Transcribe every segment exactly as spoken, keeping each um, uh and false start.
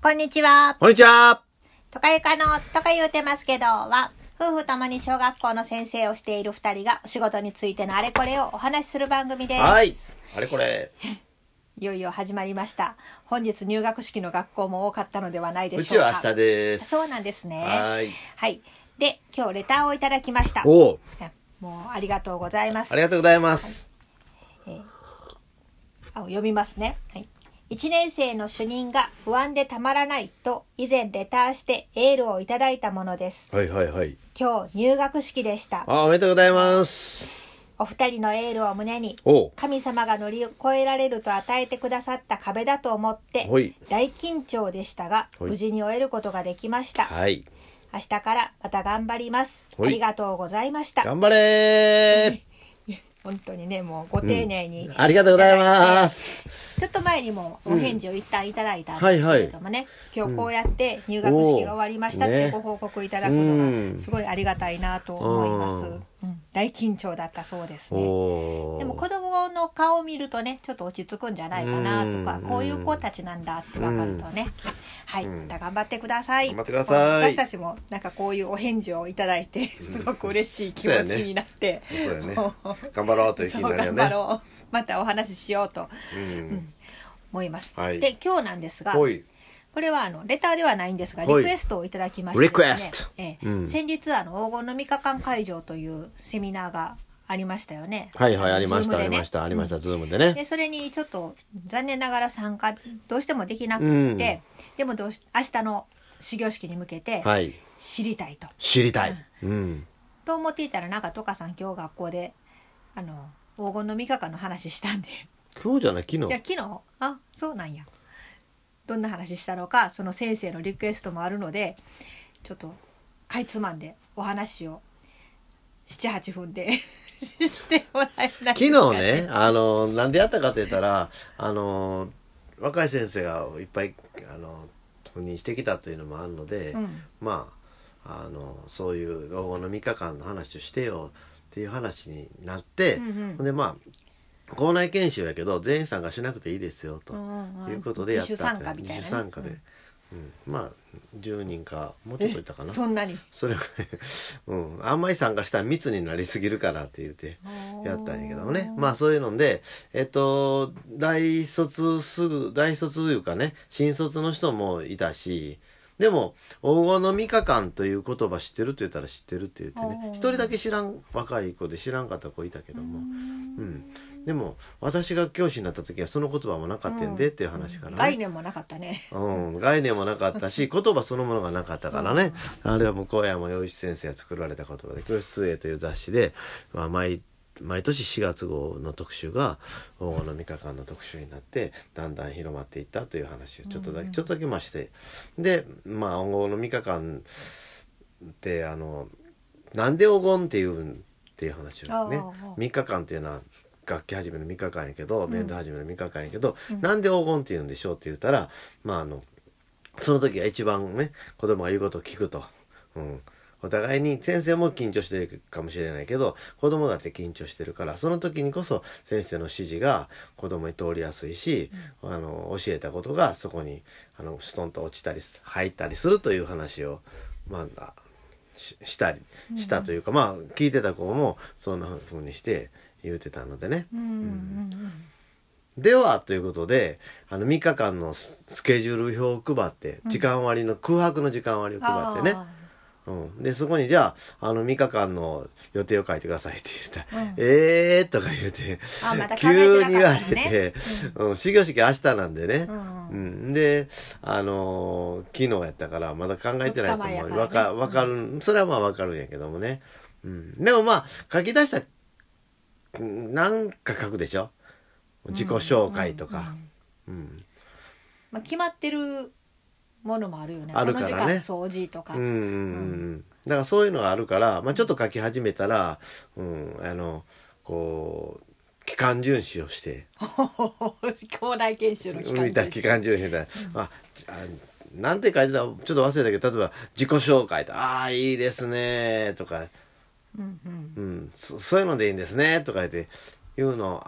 こんにちは。 こんにちは。 とかゆかのとか言うてますけどは、夫婦ともに小学校の先生をしている二人がお仕事についてのあれこれをお話しする番組です。 はい。あれこれ。 いよいよ始まりました。本日入学式の学校も多かったのではないでしょうか。 うちは明日です。 そうなんですね。 はい。 はい。で、今日レターをいただきました。 おもうありがとうございます。 ありがとうございます。 はい、えー、あ読みますね。はい。いちねん生の主任が不安でたまらないと以前レターしてエールをいただいたものです。 はいはいはい。 今日入学式でした。 あ、おめでとうございます。 お二人のエールを胸に神様が乗り越えられると与えてくださった壁だと思って大緊張でしたが無事に終えることができました。 はい。 明日からまた頑張ります。ありがとうございました。 頑張れー。 本当にね、もうご丁寧に、 うん、ありがとうございます。 ちょっと前にもお返事を一旦いただいたんですけれどもね、うんはいはい、今日こうやって入学式が終わりましたってご報告いただくのがすごいありがたいなと思います、うんうん、大緊張だったそうですね。でも子供の顔を見るとねちょっと落ち着くんじゃないかなとか、こういう子たちなんだって分かるとね、はい、また頑張ってください。 頑張ってください。 私たちもなんかこういうお返事をいただいてすごく嬉しい気持ちになって、 うん、そうやね。頑張ろうという気になるよね。 頑張ろう。またお話ししようと、うんうん、思います、はい、で今日なんですが、これはあのレターではないんですがリクエストをいただきましてですね、ええうん、先日あの黄金のみっかかん会場というセミナーがありましたよね。 はいはい、ありました、ね、ありましたありました、ズームでね。 でそれにちょっと残念ながら参加どうしてもできなくて、うん、でもどうし明日の始業式に向けて知りたいと、はい、 知りたい、 うんうん、と思っていたらなんかトカさん今日学校であの黄金のみっかかんの話したんで。 今日じゃない昨日。 いや昨日あそうなんや。どんな話したのかその先生のリクエストもあるのでちょっとかいつまんでお話をななはちふんでしてもらえないですかね。 昨日ねあのなんでやったかって言ったらあの若い先生がいっぱいあの赴任してきたというのもあるので、うん、まああのそういう黄金のみっかかんの話をしてよっていう話になって、うんうん、でまあ校内研修やけど全員参加しなくていいですよということでやったって、 自主参加みたいな、ね、 自主参加で、うんうん、まあじゅうにんかもうちょっといたかな。 そんなにそれはね、うん、あんまり参加したら密になりすぎるからって言ってやったんやけどもね、まあそういうのでえっと大卒すぐ大卒というかね新卒の人もいたし、でも黄金のみっかかんという言葉知ってるって言ったら知ってるって言ってね、一人だけ知らん若い子で知らんかった子いたけども、うん、でも私が教師になった時はその言葉もなかったんでっていう話からね、うん、 概念もなかったね、 うん、概念もなかったし言葉そのものがなかったからね、うん、あれは向山洋一先生が作られた言葉で教室へという雑誌で、まあ、毎毎年しがつ号の特集が黄金のみっかかんの特集になってだんだん広まっていったという話をちょっとだけ、うん、ちょっとだけまして、でまあ黄金のみっかかんってあのなんで黄金っていうっていう話をね、みっかかんっていうのは学期始めのみっかかんやけど、うん、年度始めのみっかかんやけど、うん、なんで黄金って言うんでしょうって言ったら、まああのその時が一番ね子供が言うことを聞くと、うん、お互いに先生も緊張してるかもしれないけど子供だって緊張してるからその時にこそ先生の指示が子供に通りやすいし、うん、あの教えたことがそこにあのストンと落ちたり入ったりするという話をまあし, したりしたというか、うん、まあ聞いてた子もそんな風にして言うてたのでね、うんうんうんうん、ではということであのみっかかんのスケジュール表を配って時間割の、うん、空白の時間割を配ってね、うん、でそこにじゃああのみっかかんの予定を書いてくださいって言ったら、うん、えーとか言うて、ま、急に言われて、うんうん、始業式明日なんでね、うんうん、であのー、昨日やったからまだ考えてないと思う、ね、わか、わかる、うん、それはまあわかるんやけどもね、うん、でもまあ書き出したなんか書くでしょ自己紹介とか、うんうんうんまあ、決まってるものもあるよね。 あるからね。 この時間掃除とか。 うんうんうん。だからそういうのがあるから、まあちょっと書き始めたら、うん、あのこう期間巡視をして、 校内研修の期間巡視。 期間巡視だ。うん、あ、なんて書いてたちょっと忘れたけど、例えば自己紹介と、ああいいですねとか、うんうんうん、そ、そういうのでいいんですねとか言って言うの。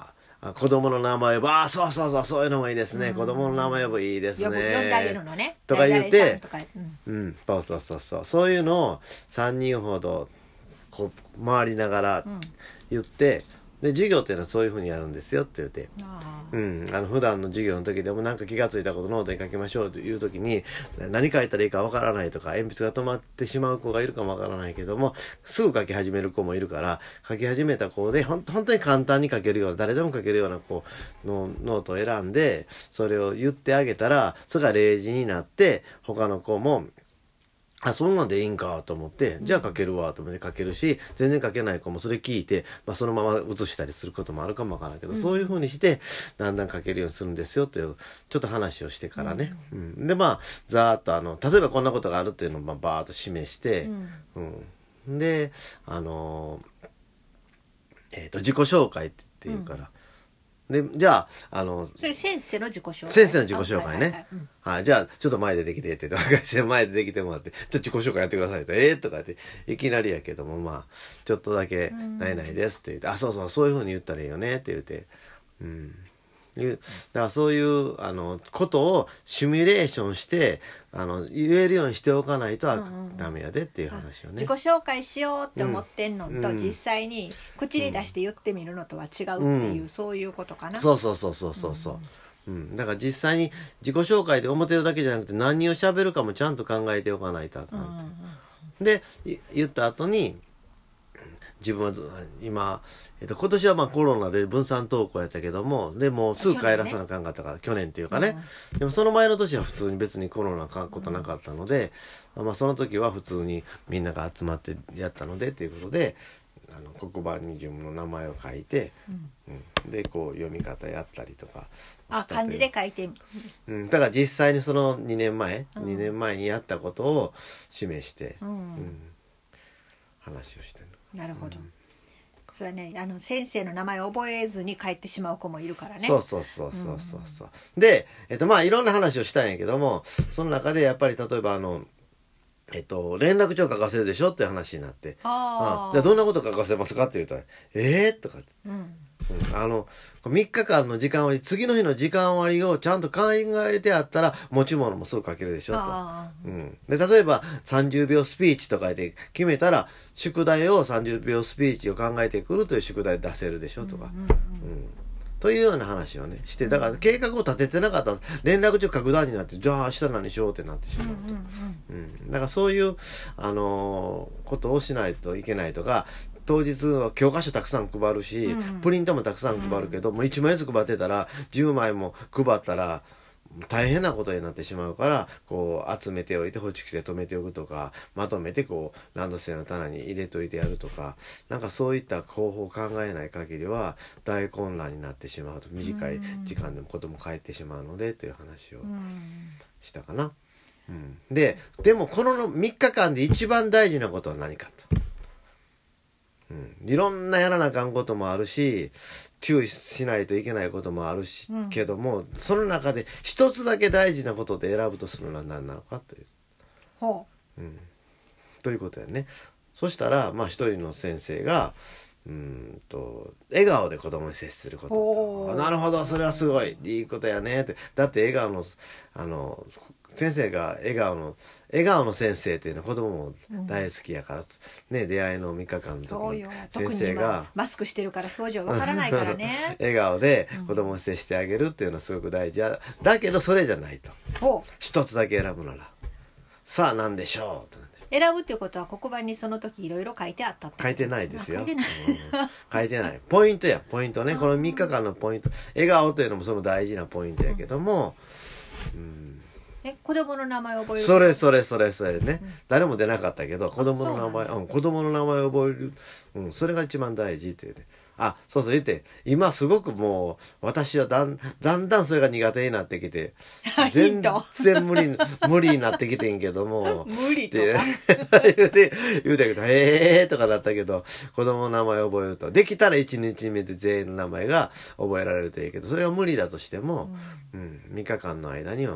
あ子供の名前ばあそうそうそうそういうのもいいですね、うん、子供の名前呼ぶいいですね、 呼ぶ呼んであげるのねとか言って、 うん、 うん、そうそうそうそうそういうのをさんにんほどこう回りながら言って、うん、で授業っていうのはそういうふうにやるんですよって言って、うん、あの普段の授業の時でも何か気がついたことノートに書きましょうという時に何書いたらいいかわからないとか鉛筆が止まってしまう子がいるかもわからないけどもすぐ書き始める子もいるから書き始めた子でほん本当に簡単に書けるような誰でも書けるような子のノートを選んでそれを言ってあげたらそれが例示になって他の子もあ、そんなんでいいんかと思って、じゃあ書けるわと思って書けるし、全然書けない子もそれ聞いて、まあそのまま写したりすることもあるかもわからんけど、うん、そういう風にして、だんだん書けるようにするんですよという、ちょっと話をしてからね。うんうん、で、まあ、ざーっとあの、例えばこんなことがあるっていうのをまあバーっと示して、うんうん、で、あの、えっと、自己紹介っていうから、うんでじゃあ、あの、 それ先生の自己紹介。 先生の自己紹介ね。はい、はいはいうんはい、じゃあ、ちょっと前出てきてって、若い先生前出てきてもらって、ちょっと自己紹介やってくださいと、えー、とかって、いきなりやけども、まあ、ちょっとだけ、ないないですって言って、あ、そうそう、そういうふうに言ったらいいよねって言って、うん。だからそういうあのことをシミュレーションしてあの言えるようにしておかないとダメやでっていう話をね、 自己紹介しようって思ってんのと、うん、実際に口に出して言ってみるのとは違うっていう、うん、そういうことかな。 そうそうそうそうそうそう、うんうん、だから実際に自己紹介で思ってるだけじゃなくて何を喋るかもちゃんと考えておかないとあかんって、うんうん、で言った後に自分は今、えっと、今年はまあコロナで分散登校やったけどもでもすぐ帰らさなあかんかったから去年っていうかね、うん、でもその前の年は普通に別にコロナかことなかったので、うん、まあ、その時は普通にみんなが集まってやったのでっていうことであの黒板に自分の名前を書いて、うんうん、でこう読み方やったりとかあ漢字で書いて、 うん、だから実際にそのにねんまえ、うん、にねんまえにやったことを示して、うんうん、話をしてる。 なるほど、うん、それはねあの先生の名前を覚えずに帰ってしまう子もいるからね。 そうそうそうそうそうそう、うん、で、えっとまあいろんな話をしたんやけどもその中でやっぱり例えばあのえっと連絡帳書かせるでしょっていう話になってああじゃあどんなこと書かせますかって言うとえー、とかって、うんうん、あのみっかかんの時間割次の日の時間割をちゃんと考えてあったら持ち物もすぐ書けるでしょと、うん、で例えばさんじゅうびょうスピーチとかで決めたら宿題をさんじゅうびょうスピーチを考えてくるという宿題出せるでしょとか、うんうんうんうん、というような話をねしてだから計画を立ててなかったら連絡帳書く段になってじゃあ明日何しようってなってしまうと、うんうんうんうん、だからそういう、あのー、ことをしないといけないとか当日は教科書たくさん配るし、うん、プリントもたくさん配るけど、うん、もういちまいずつ配ってたらじゅうまいも配ったら大変なことになってしまうからこう集めておいてホチキスで留めておくとかまとめてこうランドセルの棚に入れといてやるとかなんかそういった方法を考えない限りは大混乱になってしまうと短い時間でも子供帰ってしまうのでという話をしたかな、うん、ででもこのみっかかんで一番大事なことは何かと。うん、いろんなやらなあかんこともあるし注意しないといけないこともあるし、うん、けどもその中で一つだけ大事なことで選ぶとするのは何なのかという、 ほう、うん、ということやね。そしたらまあ一人の先生がうんと笑顔で子供に接することとなるほどそれはすごいいいことやねってだって笑顔のあの先生が笑顔の笑顔の先生っていうのは子供も大好きやから、うん、ね出会いのみっかかんの時に先生がマスクしてるから表情わからないからね笑顔で子供に接してあげるっていうのはすごく大事やだけどそれじゃないと一つだけ選ぶならさあ何でしょうと選ぶっていうことは黒板にその時いろいろ書いてあったってことですか？ 書いてないですよ。 書いてない、 うん、書いてないポイントやポイントねこのみっかかんのポイント笑顔というのもその大事なポイントやけども、うんうんえ子供の名前を覚えるそれそれそれそれね、うん、誰も出なかったけど子供の名前うん子供の名前を覚える、うん、それが一番大事っていうねあそうそう言って今すごくもう私はだんだんだんそれが苦手になってきて全然無理無理になってきてんけども無理とか言うて言うたけどへえーとかなったけど子供の名前を覚えるとできたらいちにちめで全員の名前が覚えられるといいけどそれが無理だとしても、うんうん、みっかかんの間にはもう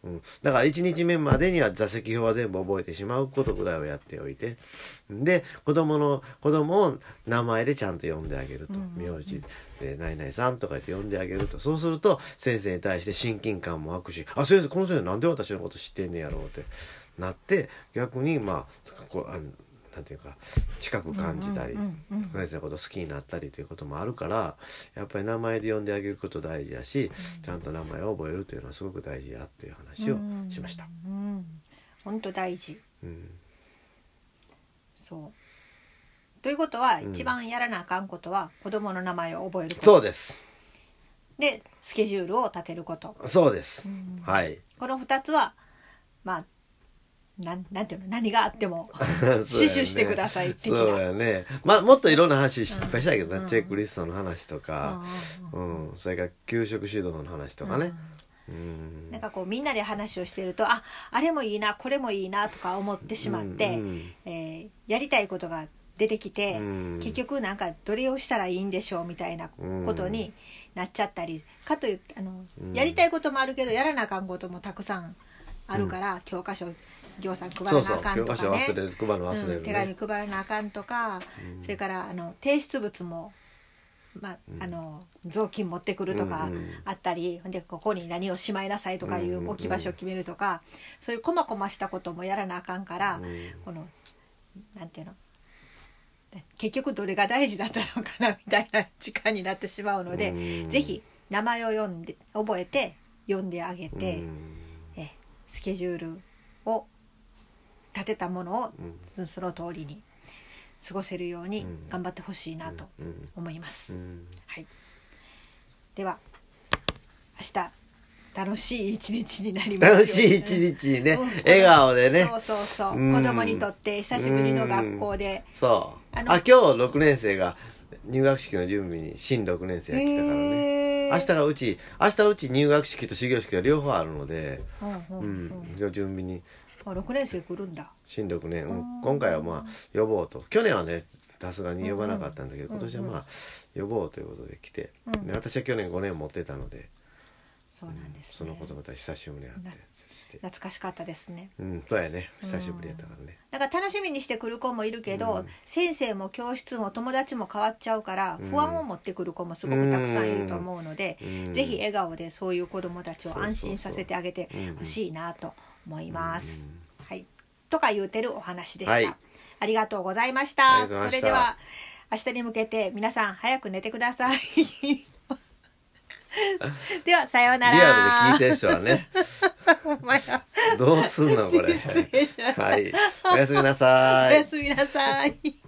うん、だからいちにちめまでには座席表は全部覚えてしまうことぐらいをやっておいて、で子供の子供を名前でちゃんと呼んであげると、名字で何々さんとか言って呼んであげると、そうすると先生に対して親近感も湧くし、あ先生この先生なんで私のこと知ってんねやろうってなって、逆にまあこうあのなんていうか近く感じたり、先生のこと好きになったりということもあるから、やっぱり名前で呼んであげること大事やし、うん、ちゃんと名前を覚えるというのはすごく大事やっていう話をしました。 うんうん、本当大事、 うん、 そうということは、うん、一番やらなあかんことは子供の名前を覚えること。 そうです。 でスケジュールを立てること。 そうです、うん、はい。 このふたつはまあなん、なんていうの、何があっても死守してください的な。 そうやね。まあもっといろんな話いっぱいしたいけどね、うん、チェックリストの話とか、うん、うん、それから給食指導の話とかね、うん、 なんかこうみんなで話をしてると、あ、あれもいいなこれもいいなとか思ってしまって、うんうん、えー、やりたいことが出てきて、うん、結局なんかどれをしたらいいんでしょうみたいなことになっちゃったり、かというあの、うん、やりたいこともあるけどやらなあかんこともたくさんあるから、うん、教科書行さん配らなあかんとかね、 そうそう教科書忘れる配るの忘れる、ね、うん、 手紙配らなあかんとか、うん、それからあの提出物も、まあうん、あの雑巾持ってくるとかあったり、うんうん、でここに何をしまいなさいとかいう置き場所を決めるとか、うんうん、そういうこまこましたこともやらなあかんから、うん、このなんていうの結局どれが大事だったのかなみたいな時間になってしまうので、うん、ぜひ名前を読んで覚えて読んであげて、うん、えスケジュールを立てたものを、うん、その通りに過ごせるように頑張ってほしいなと思います、うんうん、はい、では明日楽しい一日になりますように。 楽しい一日ね、うん、笑顔でね。 そうそうそう、うん、子供にとって久しぶりの学校で、 うん、そうあのあ今日ろくねん生が入学式の準備に新ろくねん生が来たからね。明日がうち明日うち入学式と始業式が両方あるので、うんうんうん、準備にろくねん生来るんだ。 新ろくねん、うん、今回はまあ呼ぼうと、去年はねさすがに呼ばなかったんだけど、うんうん、今年はまあ呼ぼうということで来て、うん、で私は去年ごねん持ってたので、 そうなんですね、 その子供たち久しぶりに会って懐かしかったですね。 うん、そうやね、久しぶりやったからね。 だから楽しみにしてくる子もいるけど、うん、先生も教室も友達も変わっちゃうから不安を持ってくる子もすごくたくさんいると思うので、うん、ぜひ笑顔でそういう子どもたちを安心させてあげてほしいなと思います。はい、とか言うてるお話でした、はい、ありがとうございました。それでは明日に向けて皆さん早く寝てくださいではさようなら。 リアルで聞いてる人はねどうすんのこれはい、おやすみなさい。 おやすみなさい